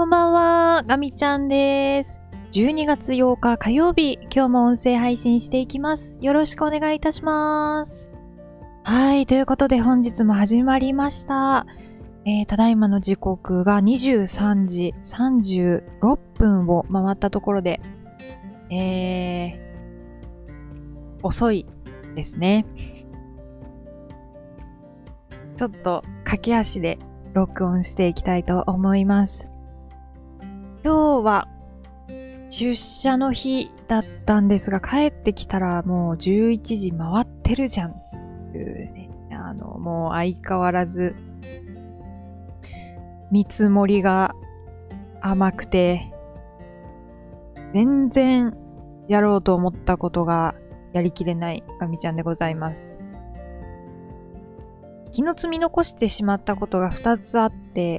こんばんは、ガミちゃんです。12月8日火曜日、今日も音声配信していきます。よろしくお願いいたします。はい、ということで本日も始まりました。ただいまの時刻が23時36分を回ったところで、遅いですね。ちょっと駆け足で録音していきたいと思います。今日は出社の日だったんですが、帰ってきたらもう11時回ってるじゃんっていうね。もう相変わらず見積もりが甘くて、全然やろうと思ったことがやりきれないガミちゃんでございます。昨日積み残してしまったことが2つあって、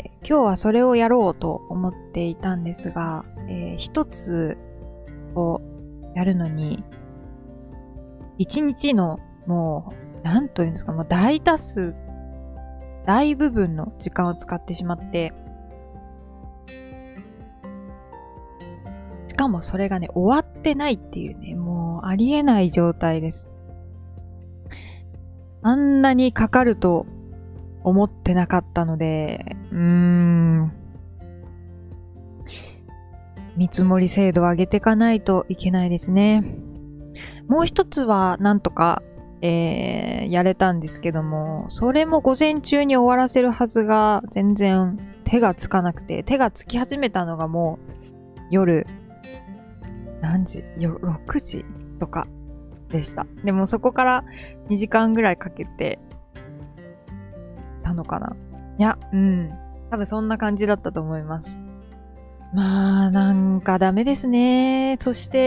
今日はそれをやろうと思っていたんですが、1つをやるのに、1日のもう、なんというんですか、もう大部分の時間を使ってしまって、しかもそれがね、終わってないっていうね、もうありえない状態です。あんなにかかると思ってなかったので、見積もり精度を上げていかないといけないですね。もう一つはなんとか、やれたんですけども、それも午前中に終わらせるはずが全然手がつかなくて、手がつき始めたのがもう夜6時とかでした。でもそこから2時間ぐらいかけてたのかな。いや、多分そんな感じだったと思います。まあ、なんかダメですね。そして、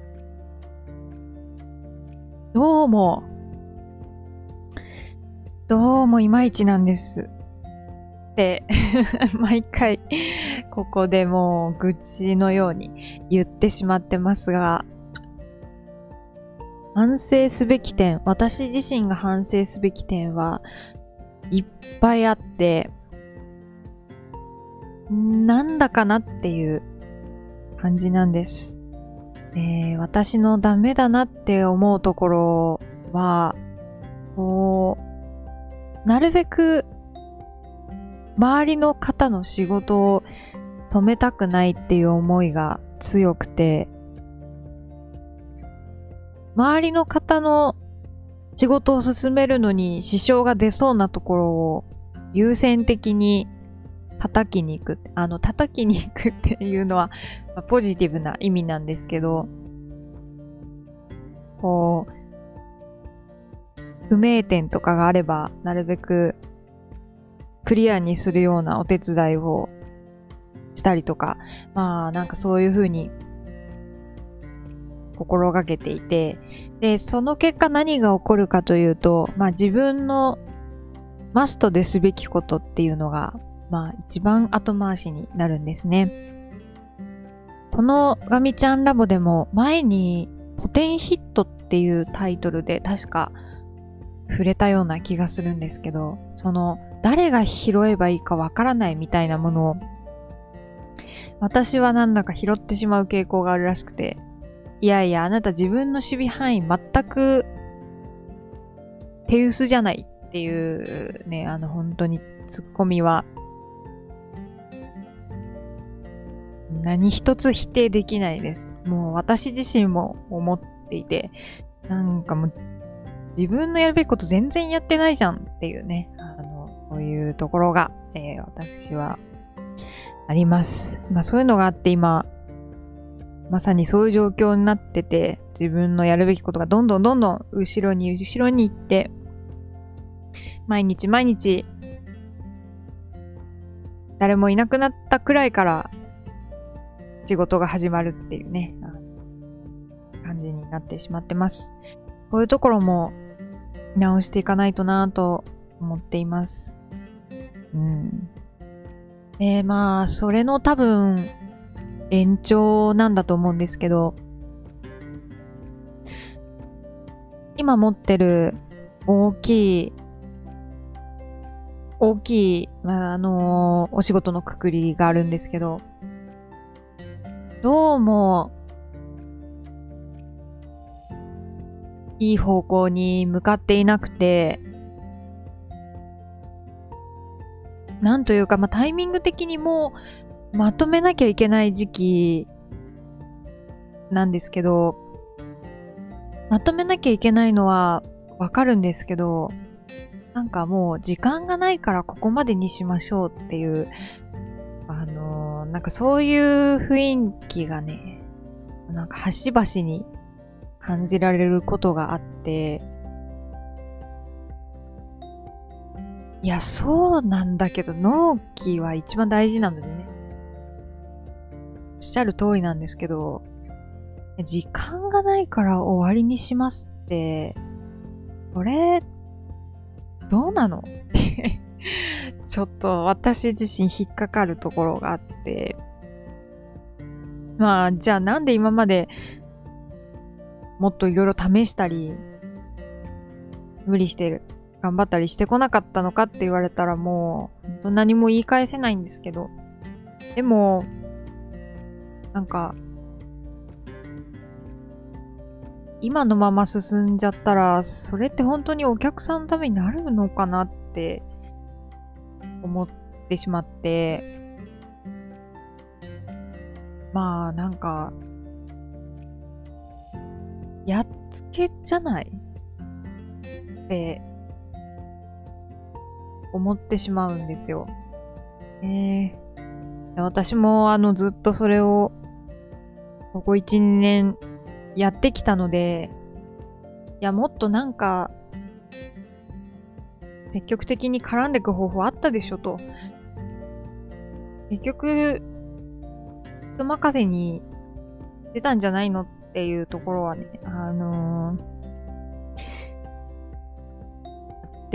どうもいまいちなんです。って、毎回、ここでもう愚痴のように言ってしまってますが、私自身が反省すべき点はいっぱいあって、なんだかなっていう感じなんです。私のダメだなって思うところは、なるべく周りの方の仕事を止めたくないっていう思いが強くて、周りの方の仕事を進めるのに支障が出そうなところを優先的に叩きに行くっていうのは、ポジティブな意味なんですけど、不明点とかがあれば、なるべくクリアにするようなお手伝いをしたりとか、なんかそういう風に心がけていて、で、その結果何が起こるかというと、自分のマストですべきことっていうのが、一番後回しになるんですね。このガミちゃんラボでも前にポテンヒットっていうタイトルで確か触れたような気がするんですけど、誰が拾えばいいかわからないみたいなものを私はなんだか拾ってしまう傾向があるらしくて、いやいやあなた自分の守備範囲全く手薄じゃないっていうね、本当にツッコミは何一つ否定できないです。もう私自身も思っていて、なんかもう自分のやるべきこと全然やってないじゃんっていうね、そういうところが、私はあります。そういうのがあって今、まさにそういう状況になってて、自分のやるべきことがどんどん後ろに行って、毎日誰もいなくなったくらいから仕事が始まるっていうね、感じになってしまってます。こういうところも直していかないとなぁと思っています。それの多分延長なんだと思うんですけど、今持ってる大きい大きい、お仕事のくくりがあるんですけど、どうも、いい方向に向かっていなくて、なんというか、タイミング的にもうまとめなきゃいけない時期なんですけど、まとめなきゃいけないのはわかるんですけど、なんかもう時間がないからここまでにしましょうっていう、なんかそういう雰囲気がね、なんか端々に感じられることがあって、いや、そうなんだけど、納期は一番大事なのでね。おっしゃる通りなんですけど、時間がないから終わりにしますって、これ、どうなのってちょっと私自身引っかかるところがあって、じゃあなんで今までもっといろいろ試したり、無理して頑張ったりしてこなかったのかって言われたらもう、本当何も言い返せないんですけど、でも、なんか、今のまま進んじゃったら、それって本当にお客さんのためになるのかなって思ってしまって、なんか、やっつけじゃないって思ってしまうんですよ。私もずっとそれをここ1、2年やってきたので、いや、もっとなんか、積極的に絡んでいく方法あったでしょと。結局、人任せに出たんじゃないのっていうところはね、あって、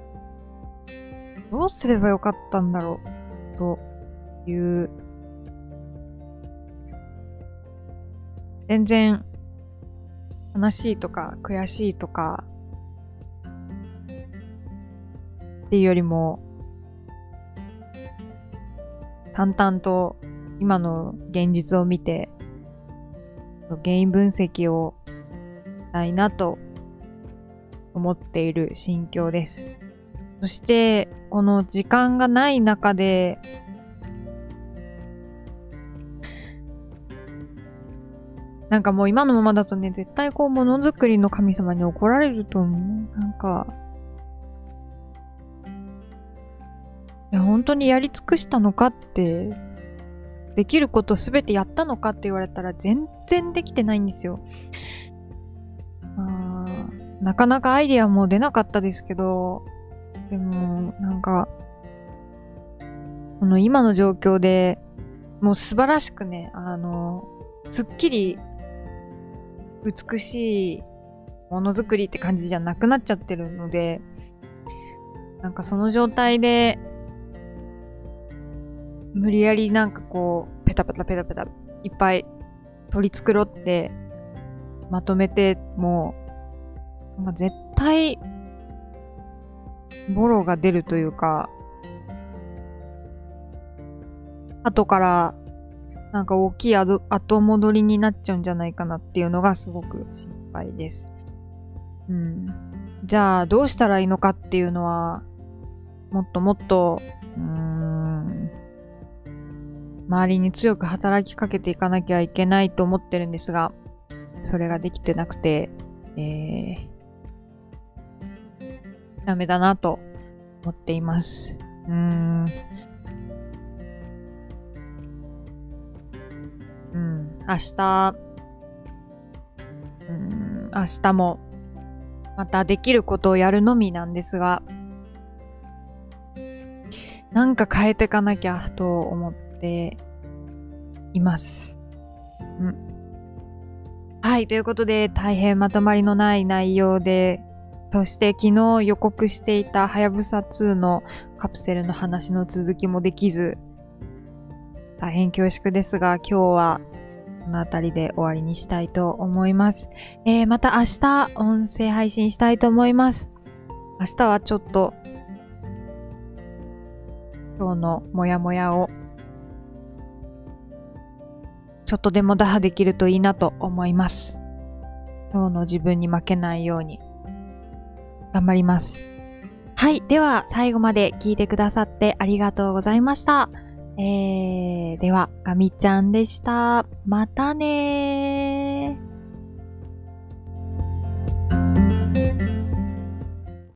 どうすればよかったんだろう、という、全然、悲しいとか、悔しいとか、っていうよりも、淡々と今の現実を見て、原因分析をしたいなと思っている心境です。そして、この時間がない中で、なんかもう今のままだとね、絶対こうものづくりの神様に怒られると思う。なんか、いや本当にやり尽くしたのかって、できることすべてやったのかって言われたら全然できてないんですよ。なかなかアイディアも出なかったですけど、でも、なんか、この今の状況でもう素晴らしくね、すっきり美しいものづくりって感じじゃなくなっちゃってるので、なんかその状態で、無理やりなんかこう、ペタペタペタペタいっぱい取り繕ってまとめても、絶対ボロが出るというか、後からなんか大きい後戻りになっちゃうんじゃないかなっていうのがすごく心配です。じゃあどうしたらいいのかっていうのは、もっともっと、周りに強く働きかけていかなきゃいけないと思ってるんですが、それができてなくて、ダメだなと思っています。明日もまたできることをやるのみなんですが、なんか変えていかなきゃと思っています。はい、ということで大変まとまりのない内容で、そして昨日予告していたはやぶさ2のカプセルの話の続きもできず、大変恐縮ですが、今日はこの辺りで終わりにしたいと思います。また明日音声配信したいと思います。明日はちょっと今日のモヤモヤをちょっとでも打破できるといいなと思います。今日の自分に負けないように頑張ります。はい。では、最後まで聞いてくださってありがとうございました。では、ガミちゃんでした。またねー。